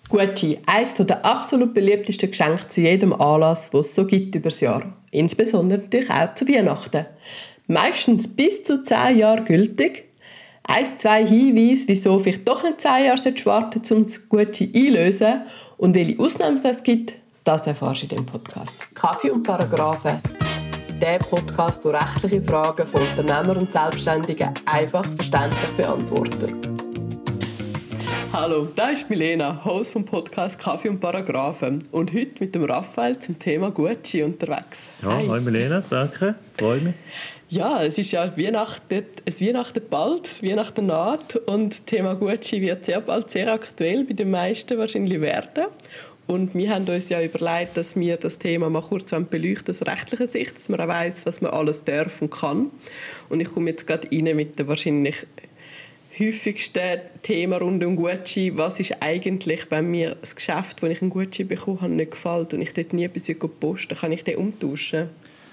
Gucci, eines der absolut beliebtesten Geschenke zu jedem Anlass, den es so gibt über das Jahr. Insbesondere natürlich auch zu Weihnachten. Meistens bis zu 10 Jahre gültig. 1-2 Hinweise, wieso vielleicht doch nicht 10 Jahre warten solltest, um das Gucci einzulösen. Und welche Ausnahmen es gibt, das erfährst du in diesem Podcast. Kaffee und Paragraphen. Der Podcast, der rechtliche Fragen von Unternehmern und Selbstständigen einfach verständlich beantwortet. Hallo, da ist Milena, Host vom Podcast Kaffee und Paragraphen und heute mit dem Raphael zum Thema Gucci unterwegs. Ja, hi Milena, danke, freue mich. Ja, es ist ja Weihnachten bald, Weihnachten naht und das Thema Gucci wird sehr bald sehr aktuell, bei den meisten wahrscheinlich werden. Und wir haben uns ja überlegt, dass wir das Thema mal kurz beleuchten aus rechtlicher Sicht, dass man auch weiss, was man alles darf und kann. Und ich komme jetzt gerade rein mit der wahrscheinlich häufigsten Thema rund um Gucci. Was ist eigentlich, wenn mir das Geschäft, das ich einen Gucci bekommen habe, nicht gefällt und ich dort nie etwas posten kann ich den umtauschen?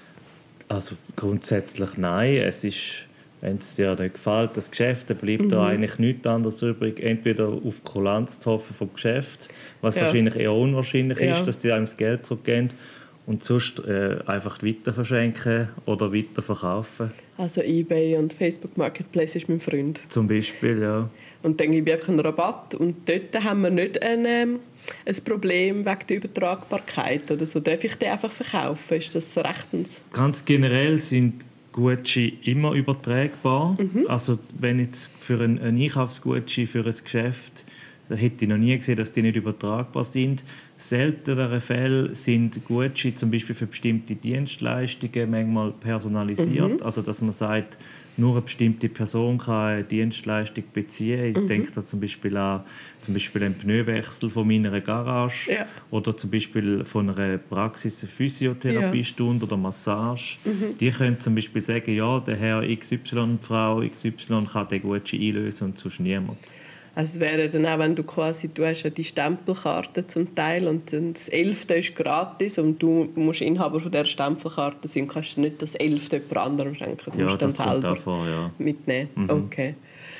Also grundsätzlich nein. Es ist, wenn es dir nicht gefällt, das Geschäft, dann bleibt da eigentlich nichts anderes übrig. Entweder auf Kulanz zu hoffen vom Geschäft, was wahrscheinlich eher unwahrscheinlich ist, dass die einem das Geld zurückgeben. Und sonst einfach weiter verschenken oder weiter verkaufen. Also eBay und Facebook Marketplace ist mein Freund. Zum Beispiel, ja. Und dann gebe ich einfach einen Rabatt. Und dort haben wir nicht ein Problem wegen der Übertragbarkeit oder so. Darf ich den einfach verkaufen? Ist das so rechtens? Ganz generell sind Gucci immer übertragbar. Also wenn jetzt für einen Einkaufsgucci für ein Geschäft, da hätte ich noch nie gesehen, dass die nicht übertragbar sind. Seltenere Fälle sind Gucci zum Beispiel für bestimmte Dienstleistungen manchmal personalisiert. Also dass man sagt, nur eine bestimmte Person kann eine Dienstleistung beziehen. Ich denke da zum Beispiel an einen Pneuwechsel von meiner Garage oder zum Beispiel von einer Praxis eine Physiotherapiestunde oder Massage. Die können zum Beispiel sagen, ja, der Herr XY und Frau XY kann den Gucci einlösen und sonst niemand. Also es wäre dann auch, wenn du hast ja die Stempelkarte zum Teil und das 11. ist gratis und du musst Inhaber von dieser Stempelkarte sein und kannst du nicht das 11. jemand anderem schenken. Das musst du dann selber mitnehmen. Okay.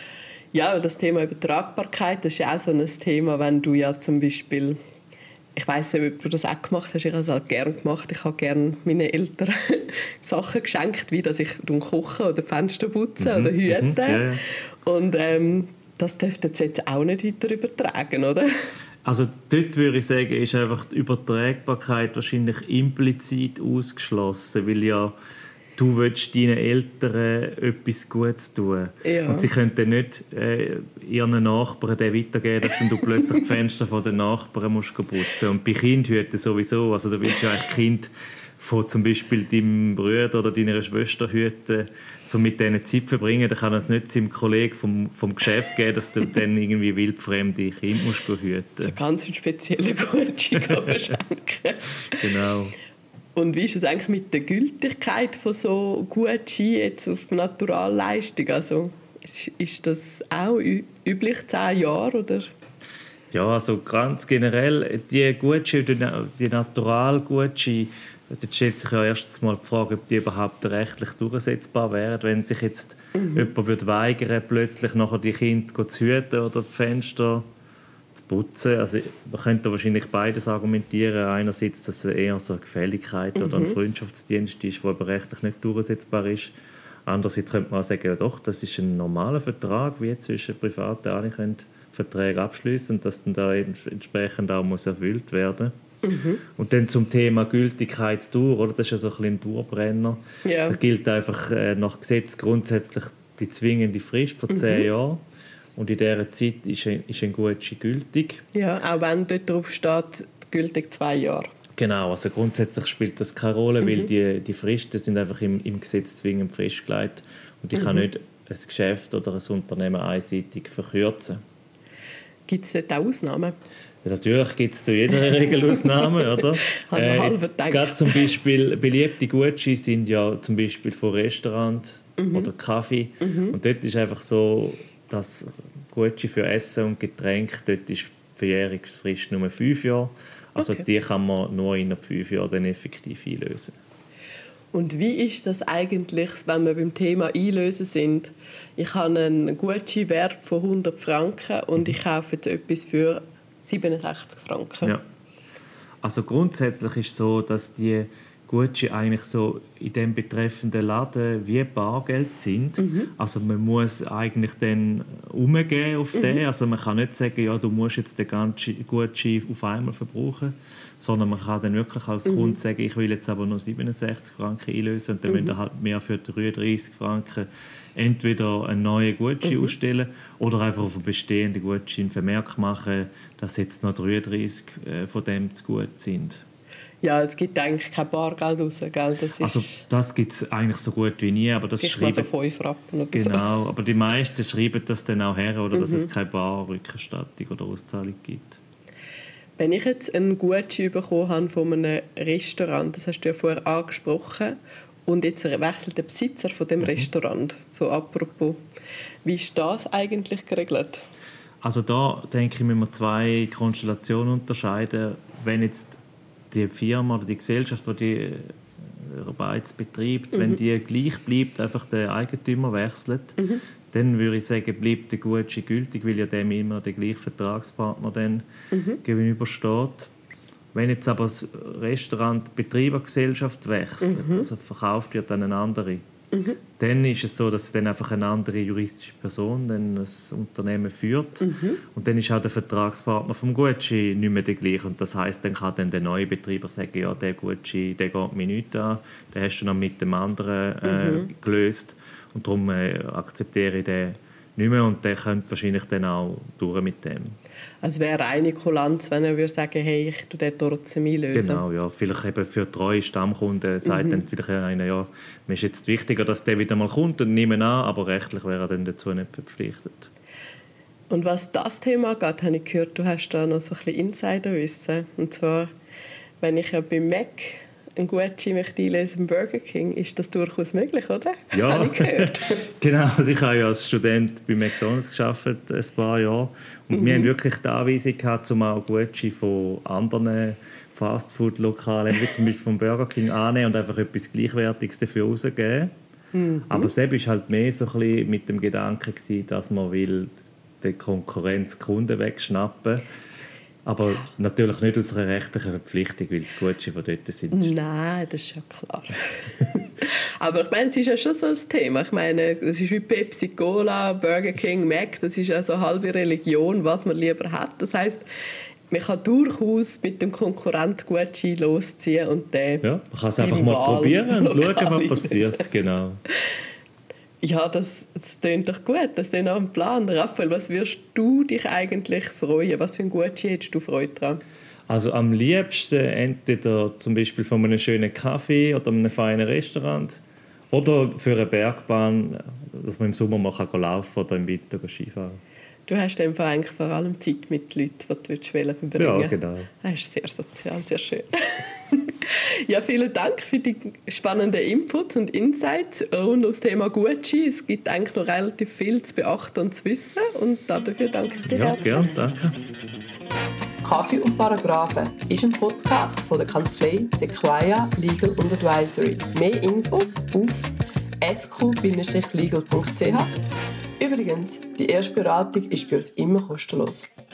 Ja, das Thema Übertragbarkeit, das ist ja auch so ein Thema, wenn du ja zum Beispiel, ich weiss nicht, ob du das auch gemacht hast, ich habe es halt gerne gemacht, ich habe gerne meinen Eltern Sachen geschenkt, wie dass ich kochen oder Fenster putzen oder hüten. Und das dürfte jetzt auch nicht weiter übertragen, oder? Also dort würde ich sagen, ist einfach die Übertragbarkeit wahrscheinlich implizit ausgeschlossen, weil ja du willst deinen Eltern etwas Gutes tun. Ja. Und sie können dann nicht ihren Nachbarn den weitergeben, dass dann du plötzlich die Fenster von den Nachbarn musst putzen. Und bei Kindhüten sowieso. Also da willst du eigentlich Kind von zum Beispiel deinem Bruder oder deiner Schwester hüten, so mit denen Zeit verbringen, dann kann es nicht seinem Kollegen vom Geschäft geben, dass du dann irgendwie wildfremde Kinder musst hüten. So ganz spezielle Gucci verschenken. Genau. Und wie ist es eigentlich mit der Gültigkeit von so Gucci jetzt auf Naturalleistung? Also ist das auch üblich 10 Jahre oder? Ja, also ganz generell die Gucci, die Natural-Gucci, da stellt sich ja erstens mal die Frage, ob die überhaupt rechtlich durchsetzbar wären. Wenn sich jetzt jemand würde weigern, plötzlich nachher die Kinder zu hüten oder die Fenster zu putzen. Also man könnte wahrscheinlich beides argumentieren. Einerseits, dass es eher so eine Gefälligkeit oder ein Freundschaftsdienst ist, der aber rechtlich nicht durchsetzbar ist. Andererseits könnte man auch sagen, ja doch, das ist ein normaler Vertrag, wie zwischen Privaten alle können Verträge abschließen und dass dann da entsprechend auch muss erfüllt werden. Und dann zum Thema Gültigkeitsdauer, oder? Das ist ja so ein Dauerbrenner. Ja. Da gilt einfach nach Gesetz grundsätzlich die zwingende Frist von 10 Jahren. Und in dieser Zeit ist ein Gucci gültig. Ja, auch wenn dort drauf steht, gültig 2 Jahre. Genau, also grundsätzlich spielt das keine Rolle, weil die Fristen sind einfach im Gesetz zwingend festgelegt. Und ich kann nicht ein Geschäft oder ein Unternehmen einseitig verkürzen. Gibt es dort auch Ausnahmen? Ja, natürlich gibt es zu jeder Regel Ausnahmen, oder? Gerade zum Beispiel beliebte Gucci sind ja zum Beispiel von Restaurant oder Kaffee. Und dort ist einfach so, dass Gucci für Essen und Getränke, dort ist die Verjährungsfrist nur 5 Jahre. Also die kann man nur innerhalb 5 Jahren dann effektiv einlösen. Und wie ist das eigentlich, wenn wir beim Thema Einlösen sind? Ich habe einen Gucci-Wert von 100 Franken und ich kaufe jetzt etwas für 67 Franken. Ja. Also grundsätzlich ist es so, dass die Gutscheine eigentlich so in dem betreffenden Laden wie Bargeld sind. Also man muss eigentlich dann umgehen auf den. Also man kann nicht sagen, ja, du musst jetzt den ganzen Gutschein auf einmal verbrauchen, sondern man kann dann wirklich als Kunde sagen, ich will jetzt aber nur 67 Franken einlösen und dann will er halt mehr für 33 Franken entweder einen neuen Gutschein ausstellen oder einfach auf einen bestehenden Gutschein Vermerk machen, dass jetzt noch 33 von dem zu gut sind. Ja, es gibt eigentlich kein Bargeld raus, gell? Das gibt es eigentlich so gut wie nie, aber das ist mal so 5 Rappen oder so. Genau, aber die meisten schreiben das dann auch her, oder, dass es keine Barrückerstattung oder Auszahlung gibt. Wenn ich jetzt einen Gutschein bekommen habe von einem Restaurant, das hast du ja vorher angesprochen, und jetzt wechselt der Besitzer von dem Restaurant, so apropos, wie ist das eigentlich geregelt? Also da denke ich, müssen wir 2 Konstellationen unterscheiden. Wenn jetzt die Firma oder die Gesellschaft, die die Arbeit betreibt, wenn die gleich bleibt, einfach der Eigentümer wechselt, dann würde ich sagen, bleibt der Gutschein gültig, weil ja dem immer der gleiche Vertragspartner dann gegenübersteht. Wenn jetzt aber das Restaurant die Betreibergesellschaft wechselt, also verkauft wird an eine andere, dann ist es so, dass dann einfach eine andere juristische Person dann das Unternehmen führt. Und dann ist auch der Vertragspartner vom Gutschein nicht mehr der gleiche. Und das heisst, dann kann dann der neue Betreiber sagen, ja, der Gutschein, der geht mir nicht an, den hast du noch mit dem anderen gelöst. Und darum akzeptiere ich den nicht mehr und der könnte wahrscheinlich dann auch durch mit dem. Also wäre reine Kulanz, wenn er würde sagen, hey, ich tue den trotzdem einlösen. Genau, ja. Vielleicht eben für treue Stammkunden sagt dann vielleicht einer, ja, mir ist jetzt wichtiger, dass der wieder mal kommt und nehme an, aber rechtlich wäre er dann dazu nicht verpflichtet. Und was das Thema angeht, habe ich gehört, du hast da noch so ein bisschen Insiderwissen. Und zwar, wenn ich ja bei Mac einen Gutschein möchte einlösen im Burger King, ist das durchaus möglich, oder? Ja, habe ich gehört. Genau. Also ich habe ja als Student bei McDonald's gearbeitet, ein paar Jahre. Und wir haben wirklich die Anweisung gehabt, um auch Gutscheine von anderen Fastfood-Lokalen, wie zum Beispiel vom Burger King, annehmen und einfach etwas Gleichwertiges dafür rauszugeben. Aber selbst war halt mehr so ein bisschen mit dem Gedanken gewesen, dass man will, der Konkurrenz Kunden wegschnappen. Aber natürlich nicht aus einer rechtlichen Verpflichtung, weil die Gutscheine von dort sind. Nein, das ist ja klar. Aber ich meine, es ist ja schon so ein Thema. Ich meine, es ist wie Pepsi, Cola, Burger King, Mac. Das ist ja so eine halbe Religion, was man lieber hat. Das heisst, man kann durchaus mit dem Konkurrent Gutschein losziehen und den ja, man kann es einfach mal probieren und schauen, was passiert. Genau. Ja, das klingt doch gut. Das ist dann auch ein Plan. Raphael, was würdest du dich eigentlich freuen? Was für einen Gutschein hättest du Freude daran? Also am liebsten entweder zum Beispiel von einem schönen Kaffee oder einem feinen Restaurant oder für eine Bergbahn, dass man im Sommer mal laufen kann oder im Winter Skifahren. Du hast einfach eigentlich vor allem Zeit mit Leuten, die du verbringen willst. Ja, genau. Das ist sehr sozial, sehr schön. Ja, vielen Dank für die spannenden Inputs und Insights rund um das Thema Gutschein. Es gibt eigentlich noch relativ viel zu beachten und zu wissen und dafür danke ich dir herzlich. Ja, gerne, danke. Kaffee und Paragraphen ist ein Podcast von der Kanzlei Sequoia Legal & Advisory. Mehr Infos auf sq-legal.ch. Übrigens, die erste Beratung ist bei uns immer kostenlos.